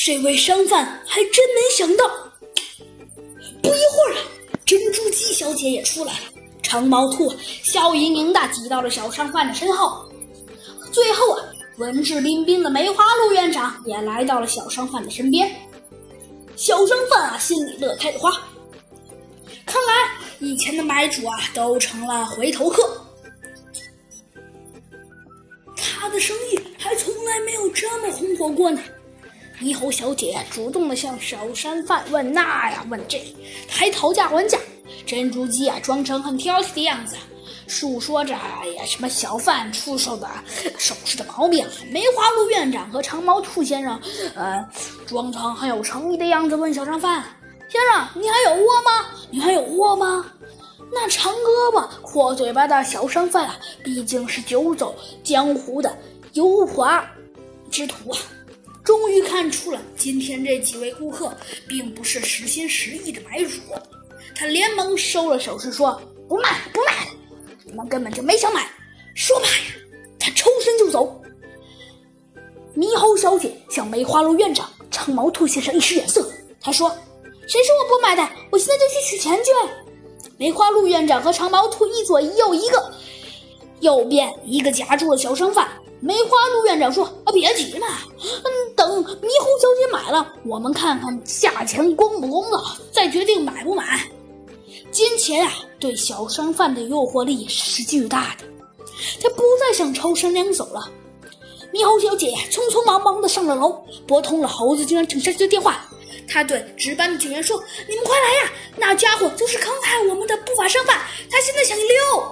这位商贩还真没想到。不一会儿啊，珍珠鸡小姐也出来了，长毛兔笑盈盈地挤到了小商贩的身后。最后啊，文质彬彬的梅花鹿院长也来到了小商贩的身边。小商贩啊，心里乐开了花，看来以前的买主啊都成了回头客，他的生意还从来没有这么红火过呢。猕猴小姐主动地向小商贩问那呀问这，还讨价还价。珍珠鸡啊装成很挑剔的样子，述说着什么小贩出售的首饰的毛病。梅花鹿院长和长毛兔先生装成很有诚意的样子问小商贩：先生，你还有窝吗？你还有窝吗？那长胳膊阔嘴巴的小商贩啊，毕竟是游走江湖的油滑之徒啊，终于看出了今天这几位顾客并不是实心实意的买主。他连忙收了首饰说：不卖不卖，你们根本就没想买。说罢呀，他抽身就走。猕猴小姐向梅花鹿院长、长毛兔先生一使眼色，他说：谁说我不买的？我现在就去取钱去。梅花鹿院长和长毛兔一左一右，一个右边一个夹住了小商贩。梅花鹿院长说：别急嘛，等猕猴小姐买了，我们看看价钱公不公道，再决定买不买。金钱啊，对小商贩的诱惑力是巨大的，他不再想抽身两走了。猕猴小姐匆匆忙忙地上了楼，拨通了猴子警长警察局的电话。他对值班的警员说：你们快来呀，那家伙就是坑害我们的不法商贩，他现在想溜。